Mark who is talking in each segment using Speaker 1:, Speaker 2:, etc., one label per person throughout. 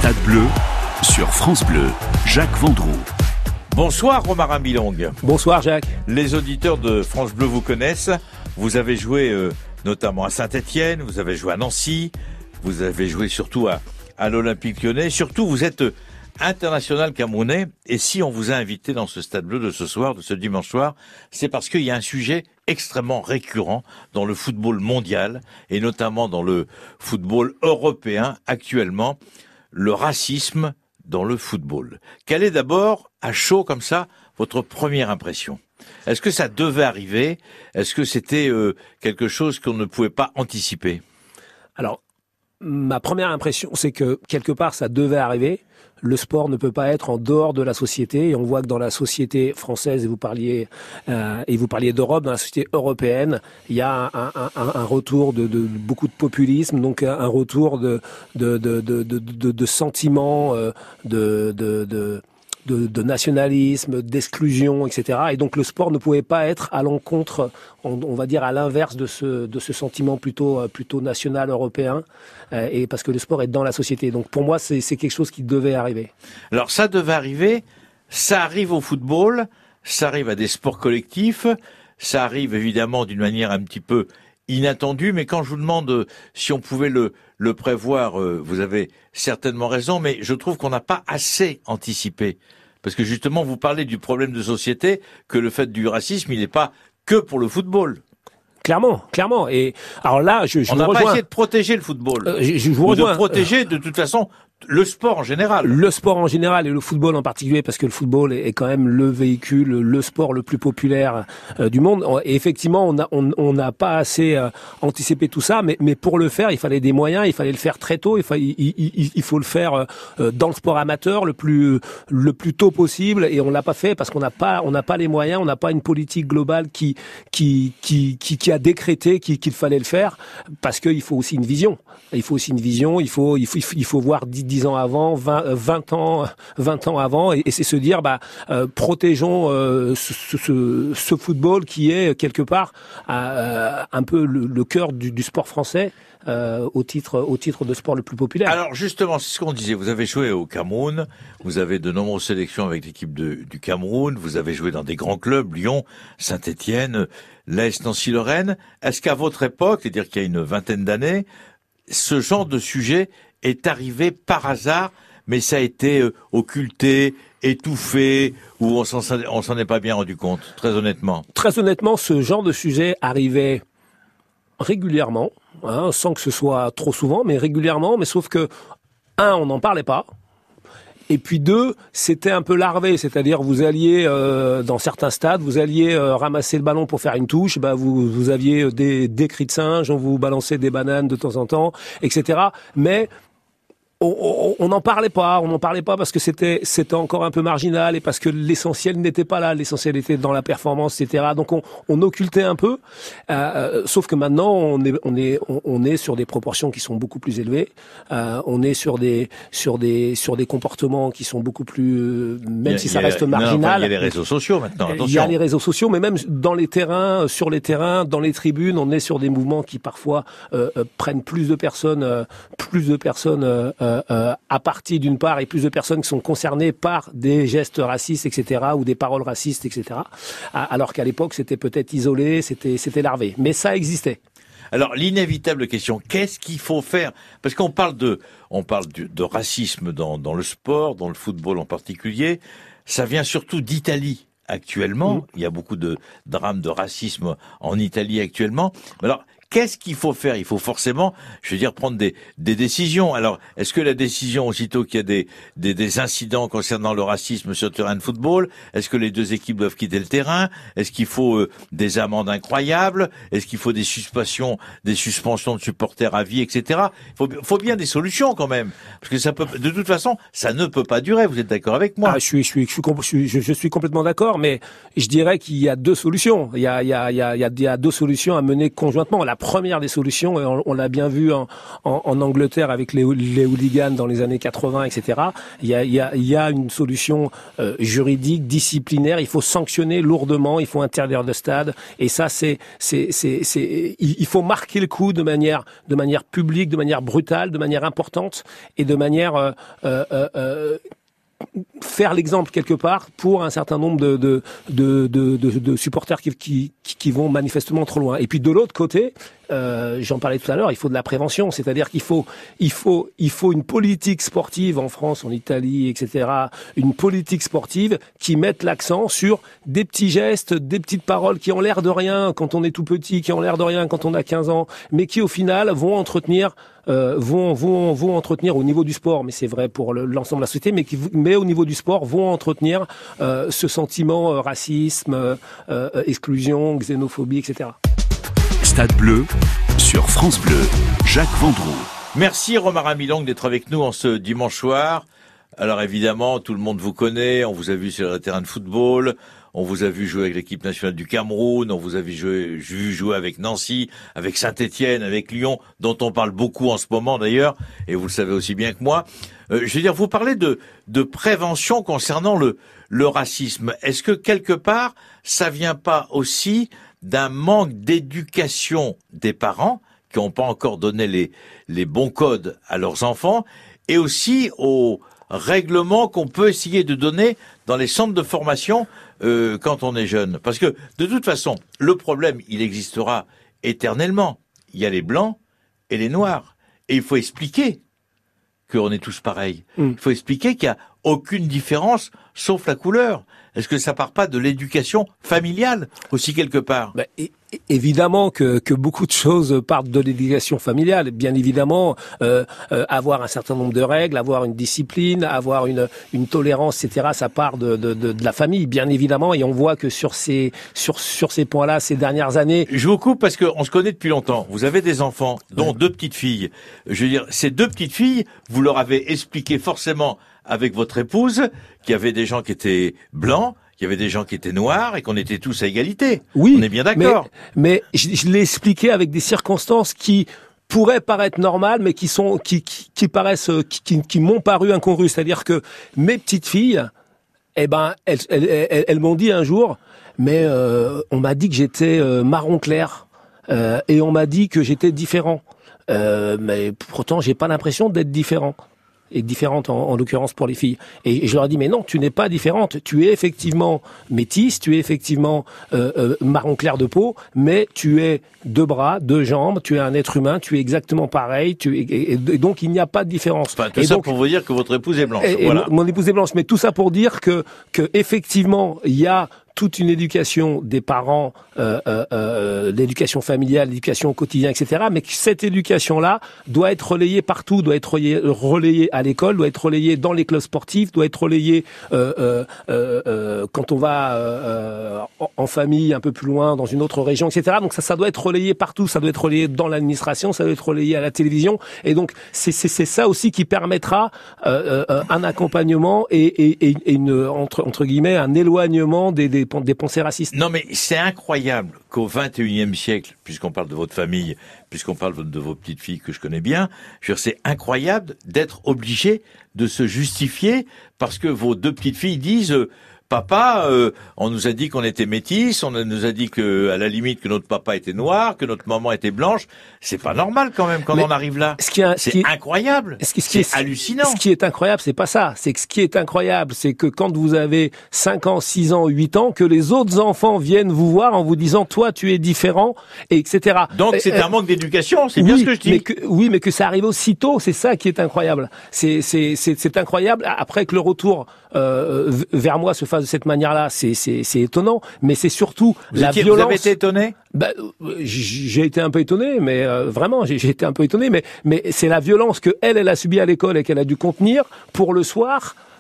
Speaker 1: Stade Bleu sur France Bleu. Jacques Vendroux.
Speaker 2: Bonsoir Romarin Bilong.
Speaker 3: Bonsoir Jacques.
Speaker 2: Les auditeurs de France Bleu vous connaissent. Vous avez joué notamment à Saint-Étienne, vous avez joué à Nancy, vous avez joué surtout à l'Olympique Lyonnais. Surtout, vous êtes international camerounais. Et si on vous a invité dans ce Stade Bleu de ce soir, de ce dimanche soir, c'est parce qu'il y a un sujet extrêmement récurrent dans le football mondial et notamment dans le football européen actuellement, le racisme dans le football. Quelle est d'abord, à chaud comme ça, votre première impression ? Est-ce que ça devait arriver ? Est-ce que c'était quelque chose qu'on ne pouvait pas anticiper ?
Speaker 3: Alors, ma première impression, c'est que quelque part, ça devait arriver. Le sport ne peut pas être en dehors de la société, et on voit que dans la société française, et vous parliez d'Europe, dans la société européenne, il y a un retour de beaucoup de populisme, donc un retour de sentiments de nationalisme, d'exclusion, etc. Et donc le sport ne pouvait pas être à l'encontre, on va dire à l'inverse de ce sentiment plutôt national européen, et parce que le sport est dans la société. Donc pour moi, c'est quelque chose qui devait arriver.
Speaker 2: Alors ça devait arriver, ça arrive au football, ça arrive à des sports collectifs, ça arrive évidemment d'une manière un petit peu inattendue, mais quand je vous demande si on pouvait le prévoir, vous avez certainement raison, mais je trouve qu'on n'a pas assez anticipé. Parce que justement, vous parlez du problème de société, que le fait du racisme, il n'est pas que pour le football.
Speaker 3: Clairement. Et alors là,
Speaker 2: on n'a pas essayé de protéger le football,
Speaker 3: je vous rejoins.
Speaker 2: De protéger de toute façon le sport en général.
Speaker 3: Le sport en général et le football en particulier, parce que le football est quand même le véhicule, le sport le plus populaire du monde. Et effectivement, on n'a pas assez anticipé tout ça, mais pour le faire, il fallait des moyens, il fallait le faire très tôt. Il faut le faire dans le sport amateur le plus tôt possible, et on l'a pas fait parce qu'on n'a pas les moyens, on n'a pas une politique globale qui a décrété qu'il fallait le faire, parce qu'il faut aussi une vision. Il faut voir 10 ans avant, 20 ans avant, et c'est se dire, protégeons ce football qui est quelque part un peu le cœur du sport français, au titre de sport le plus populaire.
Speaker 2: Alors justement, c'est ce qu'on disait, vous avez joué au Cameroun, vous avez de nombreuses sélections avec l'équipe du Cameroun, vous avez joué dans des grands clubs, Lyon, Saint-Étienne, l'AS Nancy-Lorraine. Est-ce qu'à votre époque, c'est-à-dire qu'il y a une vingtaine d'années, ce genre de sujet est arrivé par hasard, mais ça a été occulté, étouffé, ou on s'en est pas bien rendu compte, très honnêtement?
Speaker 3: Très honnêtement, ce genre de sujet arrivait régulièrement, sans que ce soit trop souvent, mais régulièrement, mais sauf que, on n'en parlait pas. Et puis 2, c'était un peu larvé, c'est-à-dire vous alliez dans certains stades, vous alliez ramasser le ballon pour faire une touche, vous aviez des cris de singe, on vous balançait des bananes de temps en temps, etc. Mais on n'en parlait pas, parce que c'était encore un peu marginal, et parce que l'essentiel n'était pas là, l'essentiel était dans la performance, etc. Donc on occultait un peu, sauf que maintenant on est sur des proportions qui sont beaucoup plus élevées, on est sur des comportements qui sont beaucoup plus, même si ça reste marginal.
Speaker 2: Il y a les réseaux sociaux maintenant, attention.
Speaker 3: Il y a les réseaux sociaux, mais même dans les terrains, sur les terrains, dans les tribunes, on est sur des mouvements qui parfois prennent plus de personnes à partie d'une part, et plus de personnes qui sont concernées par des gestes racistes, etc., ou des paroles racistes, etc., alors qu'à l'époque c'était peut-être isolé, c'était larvé, mais ça existait.
Speaker 2: Alors l'inévitable question, qu'est-ce qu'il faut faire? Parce qu'on parle de racisme dans le sport, dans le football en particulier, ça vient surtout d'Italie actuellement. Il y a beaucoup de drames de racisme en Italie actuellement. Alors qu'est-ce qu'il faut faire? Il faut forcément, prendre des décisions. Alors, est-ce que la décision, aussitôt qu'il y a des incidents concernant le racisme sur le terrain de football, est-ce que les deux équipes doivent quitter le terrain? Est-ce qu'il faut des amendes incroyables? Est-ce qu'il faut des suspensions de supporters à vie, etc. Il faut bien des solutions quand même, parce que de toute façon, ça ne peut pas durer. Vous êtes d'accord avec moi?
Speaker 3: Je suis complètement d'accord, mais je dirais qu'il y a deux solutions. Il y a deux solutions à mener conjointement. La la première des solutions. Et on l'a bien vu en Angleterre avec les hooligans dans les années 80, etc. Il y a une solution juridique, disciplinaire. Il faut sanctionner lourdement. Il faut interdire de stade. Et ça, il faut marquer le coup de manière publique, de manière brutale, de manière importante et de manière faire l'exemple quelque part pour un certain nombre de supporters qui vont manifestement trop loin. Et puis de l'autre côté, j'en parlais tout à l'heure, il faut de la prévention, c'est-à-dire qu'il faut une politique sportive en France, en Italie, etc., une politique sportive qui mette l'accent sur des petits gestes, des petites paroles qui ont l'air de rien quand on est tout petit, qui ont l'air de rien quand on a 15 ans, mais qui au final vont entretenir au niveau du sport, mais c'est vrai pour l'ensemble de la société, mais au niveau du sport vont entretenir ce sentiment racisme, exclusion, xénophobie, etc.
Speaker 1: Stade Bleu sur France Bleu, Jacques Vendroux.
Speaker 2: Merci Romara Milong d'être avec nous en ce dimanche soir. Alors évidemment, tout le monde vous connaît, on vous a vu sur le terrain de football, on vous a vu jouer avec l'équipe nationale du Cameroun, on vous a vu jouer avec Nancy, avec Saint-Étienne, avec Lyon, dont on parle beaucoup en ce moment d'ailleurs, et vous le savez aussi bien que moi. Je veux dire, vous parlez de prévention concernant le racisme. Est-ce que quelque part, ça vient pas aussi d'un manque d'éducation des parents qui n'ont pas encore donné les bons codes à leurs enfants, et aussi aux règlements qu'on peut essayer de donner dans les centres de formation quand on est jeune. Parce que, de toute façon, le problème, il existera éternellement. Il y a les blancs et les noirs. Et il faut expliquer qu'on est tous pareils. Il faut expliquer qu'il n'y a aucune différence, sauf la couleur. Est-ce que ça part pas de l'éducation familiale aussi quelque part?
Speaker 3: Évidemment que beaucoup de choses partent de l'éducation familiale. Bien évidemment, avoir un certain nombre de règles, avoir une discipline, avoir une tolérance, etc. Ça part de la famille, bien évidemment. Et on voit que sur ces points-là, ces dernières années.
Speaker 2: Je vous coupe parce qu'on se connaît depuis longtemps. Vous avez des enfants, dont 2 petites filles. Je veux dire, ces 2 petites filles, vous leur avez expliqué forcément avec votre épouse qu'il y avait des gens qui étaient blancs, qu'il y avait des gens qui étaient noirs et qu'on était tous à égalité.
Speaker 3: Oui,
Speaker 2: on est bien d'accord.
Speaker 3: Mais je l'ai expliqué avec des circonstances qui pourraient paraître normales, mais qui m'ont paru incongrues. C'est-à-dire que mes petites filles, elles m'ont dit un jour, mais on m'a dit que j'étais marron clair et on m'a dit que j'étais différent. Mais pourtant, j'ai pas l'impression d'être différent. Et différente en l'occurrence pour les filles. Et je leur ai dit, mais non, tu n'es pas différente. Tu es effectivement métisse, tu es effectivement marron clair de peau, mais tu es 2 bras, 2 jambes, tu es un être humain, tu es exactement pareil, et donc il n'y a pas de différence.
Speaker 2: Enfin, tout ça pour vous dire que votre épouse est blanche. Voilà.
Speaker 3: Mon épouse est blanche, mais tout ça pour dire que effectivement, il y a toute une éducation des parents, l'éducation familiale, l'éducation au quotidien, etc. Mais que cette éducation-là doit être relayée partout, doit être relayée à l'école, doit être relayée dans les clubs sportifs, doit être relayée quand on va en famille un peu plus loin, dans une autre région, etc. Donc ça doit être relayé partout, ça doit être relayé dans l'administration, ça doit être relayé à la télévision. Et donc c'est ça aussi qui permettra un accompagnement et une entre guillemets un éloignement des pensées racistes.
Speaker 2: Non mais c'est incroyable qu'au 21e siècle, puisqu'on parle de votre famille, puisqu'on parle de vos petites filles que je connais bien, je veux dire, c'est incroyable d'être obligé de se justifier parce que vos 2 petites filles disent papa, on nous a dit qu'on était métis, on nous a dit que, à la limite, que notre papa était noir, que notre maman était blanche. C'est pas normal quand même quand on arrive là. C'est incroyable. C'est hallucinant.
Speaker 3: Ce qui est incroyable, c'est pas ça. C'est que ce qui est incroyable, c'est que quand vous avez 5 ans, 6 ans, 8 ans, que les autres enfants viennent vous voir en vous disant, toi, tu es différent, et etc.
Speaker 2: Donc c'est un manque d'éducation, c'est bien ce que je dis.
Speaker 3: Mais que ça arrive aussitôt, c'est ça qui est incroyable. C'est incroyable. Après que le retour vers moi se fasse de cette manière-là, c'est étonnant, mais c'est surtout la violence. Vous
Speaker 2: avez été étonné?
Speaker 3: J'ai été un peu étonné, mais vraiment, j'ai été un peu étonné, mais c'est la violence que elle a subie à l'école et qu'elle a dû contenir pour le soir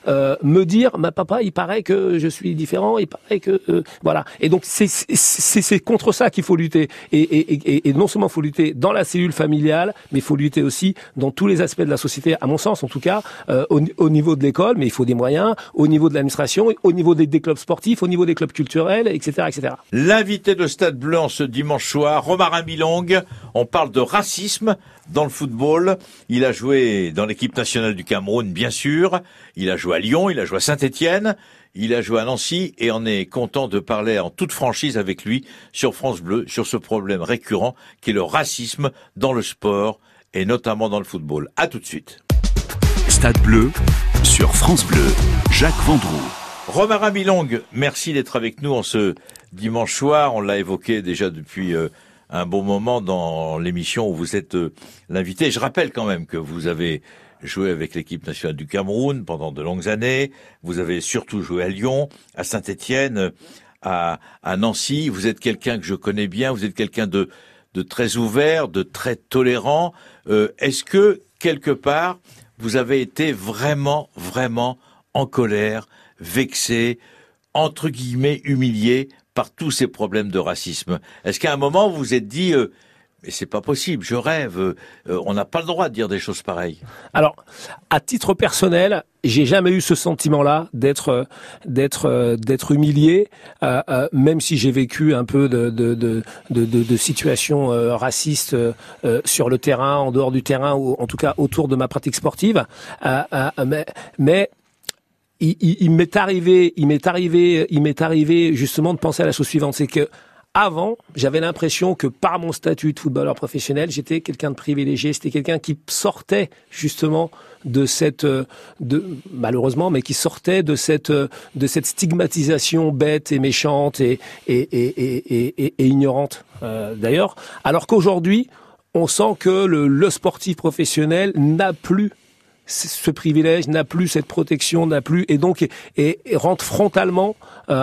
Speaker 3: me dire, ma papa, il paraît que je suis différent, il paraît que voilà. Et donc c'est contre ça qu'il faut lutter. Et non seulement il faut lutter dans la cellule familiale, mais il faut lutter aussi dans tous les aspects de la société, à mon sens en tout cas, au niveau de l'école, mais il faut des moyens, au niveau de l'administration, au niveau des clubs sportifs, au niveau des clubs culturels, etc., etc.
Speaker 2: L'invité de Stade Bleu en ce dimanche soir, Romarin Milong. On parle de racisme dans le football. Il a joué dans l'équipe nationale du Cameroun, bien sûr. Il a joué à Lyon, il a joué à Saint-Étienne, il a joué à Nancy et on est content de parler en toute franchise avec lui sur France Bleu, sur ce problème récurrent qui est le racisme dans le sport et notamment dans le football. À tout de suite.
Speaker 1: Stade Bleu sur France Bleu, Jacques Vendroux.
Speaker 2: Romarin Milong, merci d'être avec nous en ce dimanche soir. On l'a évoqué déjà depuis un bon moment dans l'émission où vous êtes l'invité. Je rappelle quand même que vous avez joué avec l'équipe nationale du Cameroun pendant de longues années. Vous avez surtout joué à Lyon, à Saint-Étienne, à Nancy. Vous êtes quelqu'un que je connais bien. Vous êtes quelqu'un de très ouvert, de très tolérant. Est-ce que, quelque part, vous avez été vraiment en colère, vexé, entre guillemets, humilié par tous ces problèmes de racisme? Est-ce qu'à un moment, vous vous êtes dit mais c'est pas possible, je rêve, on n'a pas le droit de dire des choses pareilles?
Speaker 3: Alors, à titre personnel, j'ai jamais eu ce sentiment-là d'être humilié, même si j'ai vécu un peu de situations racistes sur le terrain, en dehors du terrain, ou en tout cas autour de ma pratique sportive. Mais il m'est arrivé justement de penser à la chose suivante, c'est que avant, j'avais l'impression que par mon statut de footballeur professionnel, j'étais quelqu'un de privilégié, c'était quelqu'un qui sortait justement de cette, malheureusement, mais qui sortait de cette stigmatisation bête et méchante et ignorante d'ailleurs. Alors qu'aujourd'hui, on sent que le sportif professionnel n'a plus ce privilège, n'a plus cette protection, n'a plus et donc rentre frontalement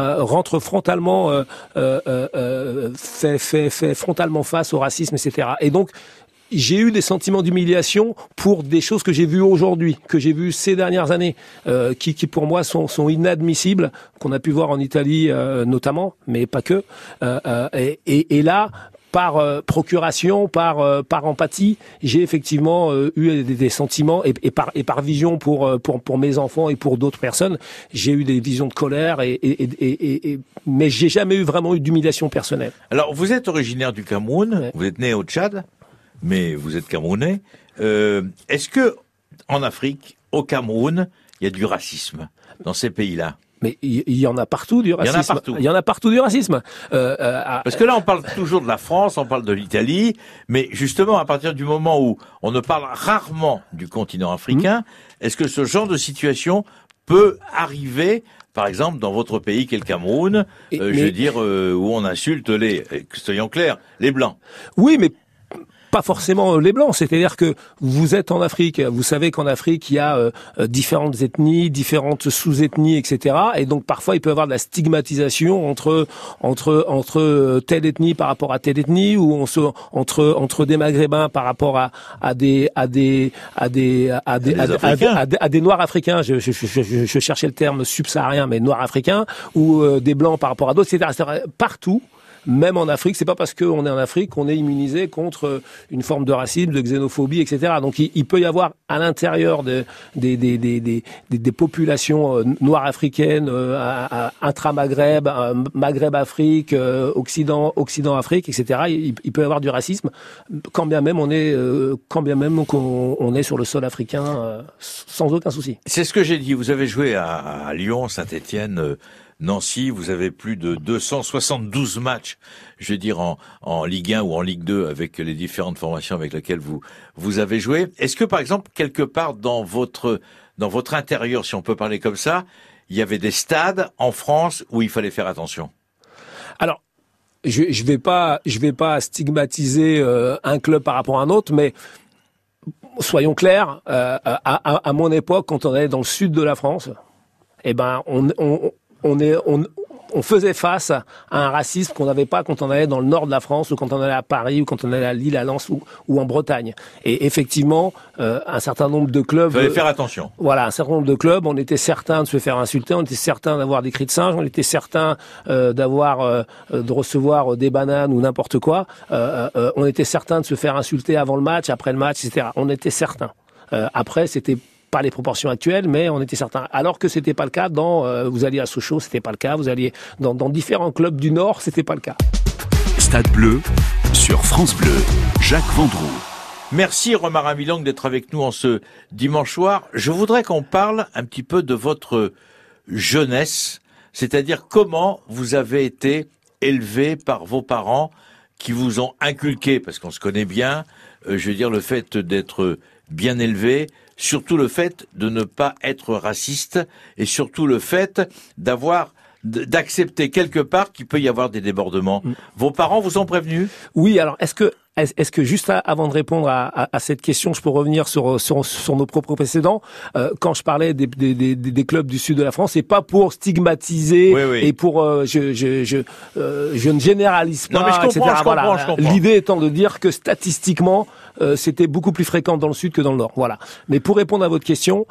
Speaker 3: fait frontalement face au racisme, etc. Et donc j'ai eu des sentiments d'humiliation pour des choses que j'ai vues aujourd'hui, que j'ai vues ces dernières années, qui pour moi sont inadmissibles, qu'on a pu voir en Italie notamment, mais pas que. Et là, par procuration, par empathie, j'ai effectivement eu des sentiments et par vision pour mes enfants et pour d'autres personnes, j'ai eu des visions de colère mais j'ai jamais vraiment eu d'humiliation personnelle.
Speaker 2: Alors vous êtes originaire du Cameroun, ouais. Vous êtes né au Tchad, mais vous êtes camerounais. Est-ce que en Afrique, au Cameroun, il y a du racisme dans ces pays-là?
Speaker 3: Mais il y en a partout du racisme. Il y en a partout du racisme.
Speaker 2: Parce que là, on parle toujours de la France, on parle de l'Italie, mais justement, à partir du moment où on ne parle rarement du continent africain, est-ce que ce genre de situation peut arriver, par exemple, dans votre pays qu'est le Cameroun, je veux dire, où on insulte soyons clairs, les Blancs?
Speaker 3: Oui, mais pas forcément les Blancs, c'est-à-dire que vous êtes en Afrique, vous savez qu'en Afrique il y a différentes ethnies, différentes sous-ethnies, etc. Et donc parfois il peut y avoir de la stigmatisation entre telle ethnie par rapport à telle ethnie, ou entre des Maghrébins par rapport à des Noirs africains. Je cherchais le terme subsaharien, mais Noirs africains, ou des Blancs par rapport à d'autres, etc. Partout. Même en Afrique, c'est pas parce qu'on est en Afrique qu'on est immunisé contre une forme de racisme, de xénophobie, etc. Donc il peut y avoir à l'intérieur des populations noires africaines, intra-Maghreb, Maghreb-Afrique, Occident-Afrique, etc. Il peut y avoir du racisme, quand bien même qu'on est sur le sol africain, sans aucun souci.
Speaker 2: C'est ce que j'ai dit. Vous avez joué à Lyon, Saint-Étienne, Nancy, vous avez plus de 272 matchs, je veux dire, en Ligue 1 ou en Ligue 2 avec les différentes formations avec lesquelles vous avez joué. Est-ce que, par exemple, quelque part dans votre intérieur, si on peut parler comme ça, il y avait des stades en France où il fallait faire attention?
Speaker 3: Alors, je vais pas stigmatiser un club par rapport à un autre, mais soyons clairs, à mon époque, quand on allait dans le sud de la France, eh ben, on on faisait face à un racisme qu'on n'avait pas quand on allait dans le nord de la France ou quand on allait à Paris ou quand on allait à Lille, à Lens ou en Bretagne. Et effectivement, un certain nombre de clubs...
Speaker 2: Il fallait faire attention.
Speaker 3: Voilà, un certain nombre de clubs, on était certains de se faire insulter, on était certains d'avoir des cris de singe, on était certains de recevoir des bananes ou n'importe quoi. On était certains de se faire insulter avant le match, après le match, etc. On était certains. Après, c'était pas les proportions actuelles, mais on était certains. Alors que c'était pas le cas vous alliez à Sochaux, c'était pas le cas. Vous alliez dans différents clubs du Nord, c'était pas le cas.
Speaker 1: Stade Bleu sur France Bleu. Jacques Vendroux.
Speaker 2: Merci Romara Milang d'être avec nous en ce dimanche soir. Je voudrais qu'on parle un petit peu de votre jeunesse, c'est-à-dire comment vous avez été élevé par vos parents qui vous ont inculqué, parce qu'on se connaît bien, je veux dire le fait d'être bien élevé, surtout le fait de ne pas être raciste et surtout le fait d'accepter quelque part qu'il peut y avoir des débordements. Vos parents vous ont prévenu ?
Speaker 3: Oui, alors est-ce que juste avant de répondre à cette question, je peux revenir sur nos propres précédents. Quand je parlais des clubs du sud de la France, c'est pas pour stigmatiser et pour je ne généralise pas,
Speaker 2: non, mais je comprends.
Speaker 3: L'idée étant de dire que statistiquement c'était beaucoup plus fréquent dans le sud que dans le nord. Voilà. Mais pour répondre à votre question,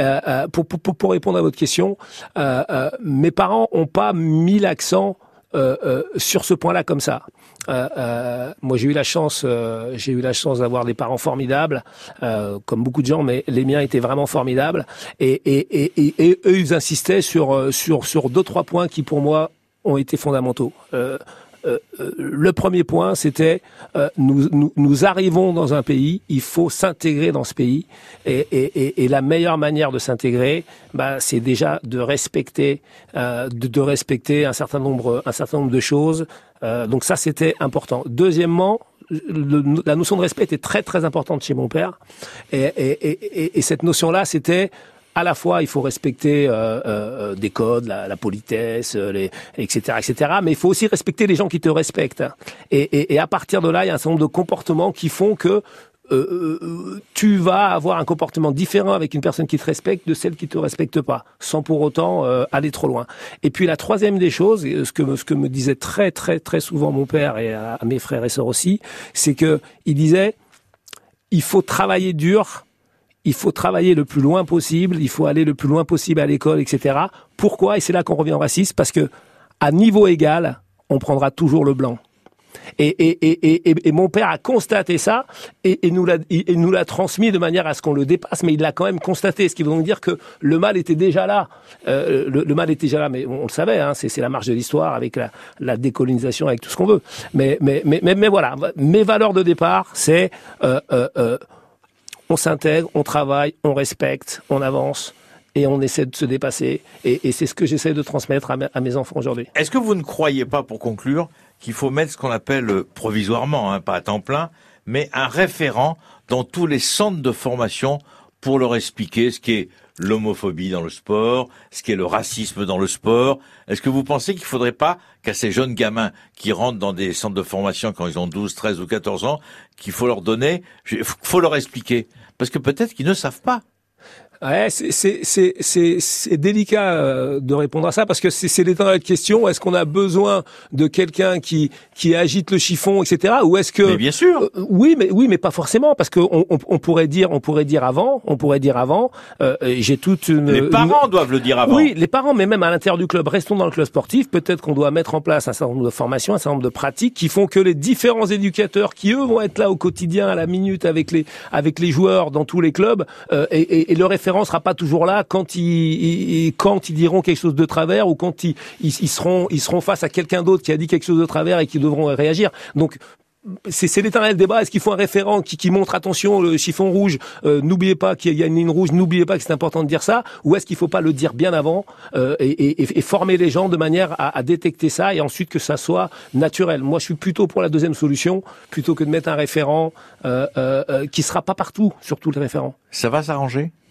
Speaker 3: mes parents ont pas mis l'accent sur ce point-là comme ça. Moi, j'ai eu la chance d'avoir des parents formidables, comme beaucoup de gens, mais les miens étaient vraiment formidables. Et eux, ils insistaient sur 2-3 points qui, pour moi, ont été fondamentaux. Le premier point, c'était nous arrivons dans un pays, il faut s'intégrer dans ce pays, et la meilleure manière de s'intégrer, c'est déjà de respecter un certain nombre de choses. Donc ça, c'était important. Deuxièmement, la notion de respect était très très importante chez mon père, et cette notion-là, c'était à la fois, il faut respecter des codes, la politesse, etc., mais il faut aussi respecter les gens qui te respectent. Et à partir de là, il y a un certain nombre de comportements qui font que tu vas avoir un comportement différent avec une personne qui te respecte de celle qui te respecte pas, sans pour autant aller trop loin. Et puis la troisième des choses, ce que me disait très très très souvent mon père et à mes frères et sœurs aussi, c'est que il disait il faut travailler dur. Il faut travailler le plus loin possible, il faut aller le plus loin possible à l'école, etc. Pourquoi ? Et c'est là qu'on revient au racisme, parce que à niveau égal, on prendra toujours le blanc. Et mon père a constaté ça et nous l'a transmis de manière à ce qu'on le dépasse, mais il l'a quand même constaté, ce qui veut donc dire que le mal était déjà là. Le mal était déjà là, mais on le savait, hein, c'est la marche de l'histoire avec la décolonisation, avec tout ce qu'on veut. Mais voilà, mes valeurs de départ, c'est on s'intègre, on travaille, on respecte, on avance et on essaie de se dépasser. Et c'est ce que j'essaie de transmettre à mes enfants aujourd'hui.
Speaker 2: Est-ce que vous ne croyez pas, pour conclure, qu'il faut mettre ce qu'on appelle provisoirement, pas à temps plein, mais un référent dans tous les centres de formation pour leur expliquer ce qu'est l'homophobie dans le sport, ce qu'est le racisme dans le sport? Est-ce que vous pensez qu'il ne faudrait pas qu'à ces jeunes gamins qui rentrent dans des centres de formation quand ils ont 12, 13 ou 14 ans, qu'il faut leur donner, faut leur expliquer? Parce que peut-être qu'ils ne savent pas.
Speaker 3: Ouais, c'est délicat de répondre à ça parce que c'est l'éternelle question. Est-ce qu'on a besoin de quelqu'un qui agite le chiffon, etc. Ou est-ce que
Speaker 2: mais bien sûr.
Speaker 3: Oui, mais pas forcément parce que on pourrait dire avant. J'ai toute une.
Speaker 2: Les parents doivent le dire avant.
Speaker 3: Oui, les parents, mais même à l'intérieur du club. Restons dans le club sportif. Peut-être qu'on doit mettre en place un certain nombre de formations, un certain nombre de pratiques qui font que les différents éducateurs qui eux vont être là au quotidien, à la minute avec les joueurs dans tous les clubs et le référent sera pas toujours là quand ils diront quelque chose de travers ou quand ils seront face à quelqu'un d'autre qui a dit quelque chose de travers et qui devront réagir. Donc c'est l'éternel débat. Est-ce qu'il faut un référent qui montre attention le chiffon rouge, n'oubliez pas qu'il y a une ligne rouge, n'oubliez pas que c'est important de dire ça, ou est-ce qu'il faut pas le dire bien avant et former les gens de manière à détecter ça et ensuite que ça soit naturel. Moi je suis plutôt pour la deuxième solution plutôt que de mettre un référent qui sera pas partout, surtout le référent.
Speaker 2: Ça va s'arranger?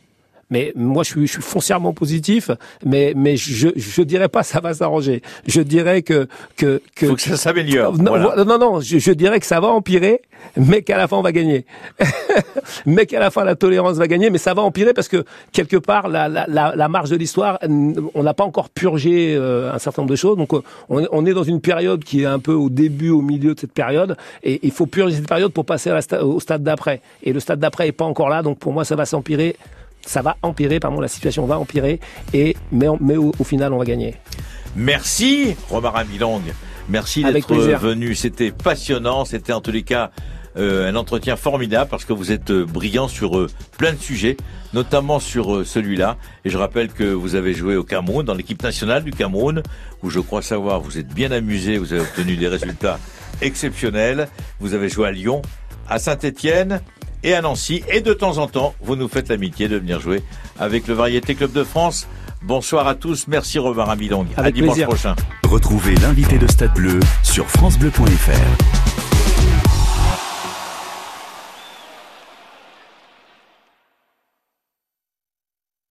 Speaker 3: Mais moi, je suis foncièrement positif, mais je dirais pas ça va s'arranger. Je dirais que
Speaker 2: faut que ça s'améliore.
Speaker 3: Non, je dirais que ça va empirer, mais qu'à la fin on va gagner. Mais qu'à la fin la tolérance va gagner, mais ça va empirer parce que quelque part la marge de l'histoire, on n'a pas encore purgé un certain nombre de choses. Donc on est dans une période qui est un peu au début, au milieu de cette période, et il faut purger cette période pour passer au stade d'après. Et le stade d'après est pas encore là, donc pour moi ça va s'empirer. Ça va empirer, la situation va empirer, mais au final on va gagner.
Speaker 2: Merci Romara Milong. Merci d'être venu. C'était passionnant. C'était en tous les cas un entretien formidable parce que vous êtes brillant sur plein de sujets, notamment sur celui-là. Et je rappelle que vous avez joué au Cameroun, dans l'équipe nationale du Cameroun, où je crois savoir vous êtes bien amusé, vous avez obtenu des résultats exceptionnels. Vous avez joué à Lyon, à Saint-Étienne et à Nancy. Et de temps en temps, vous nous faites l'amitié de venir jouer avec le Variété Club de France. Bonsoir à tous. Merci Romara Milong. À dimanche prochain.
Speaker 1: Retrouvez l'invité de Stade Bleu sur francebleu.fr.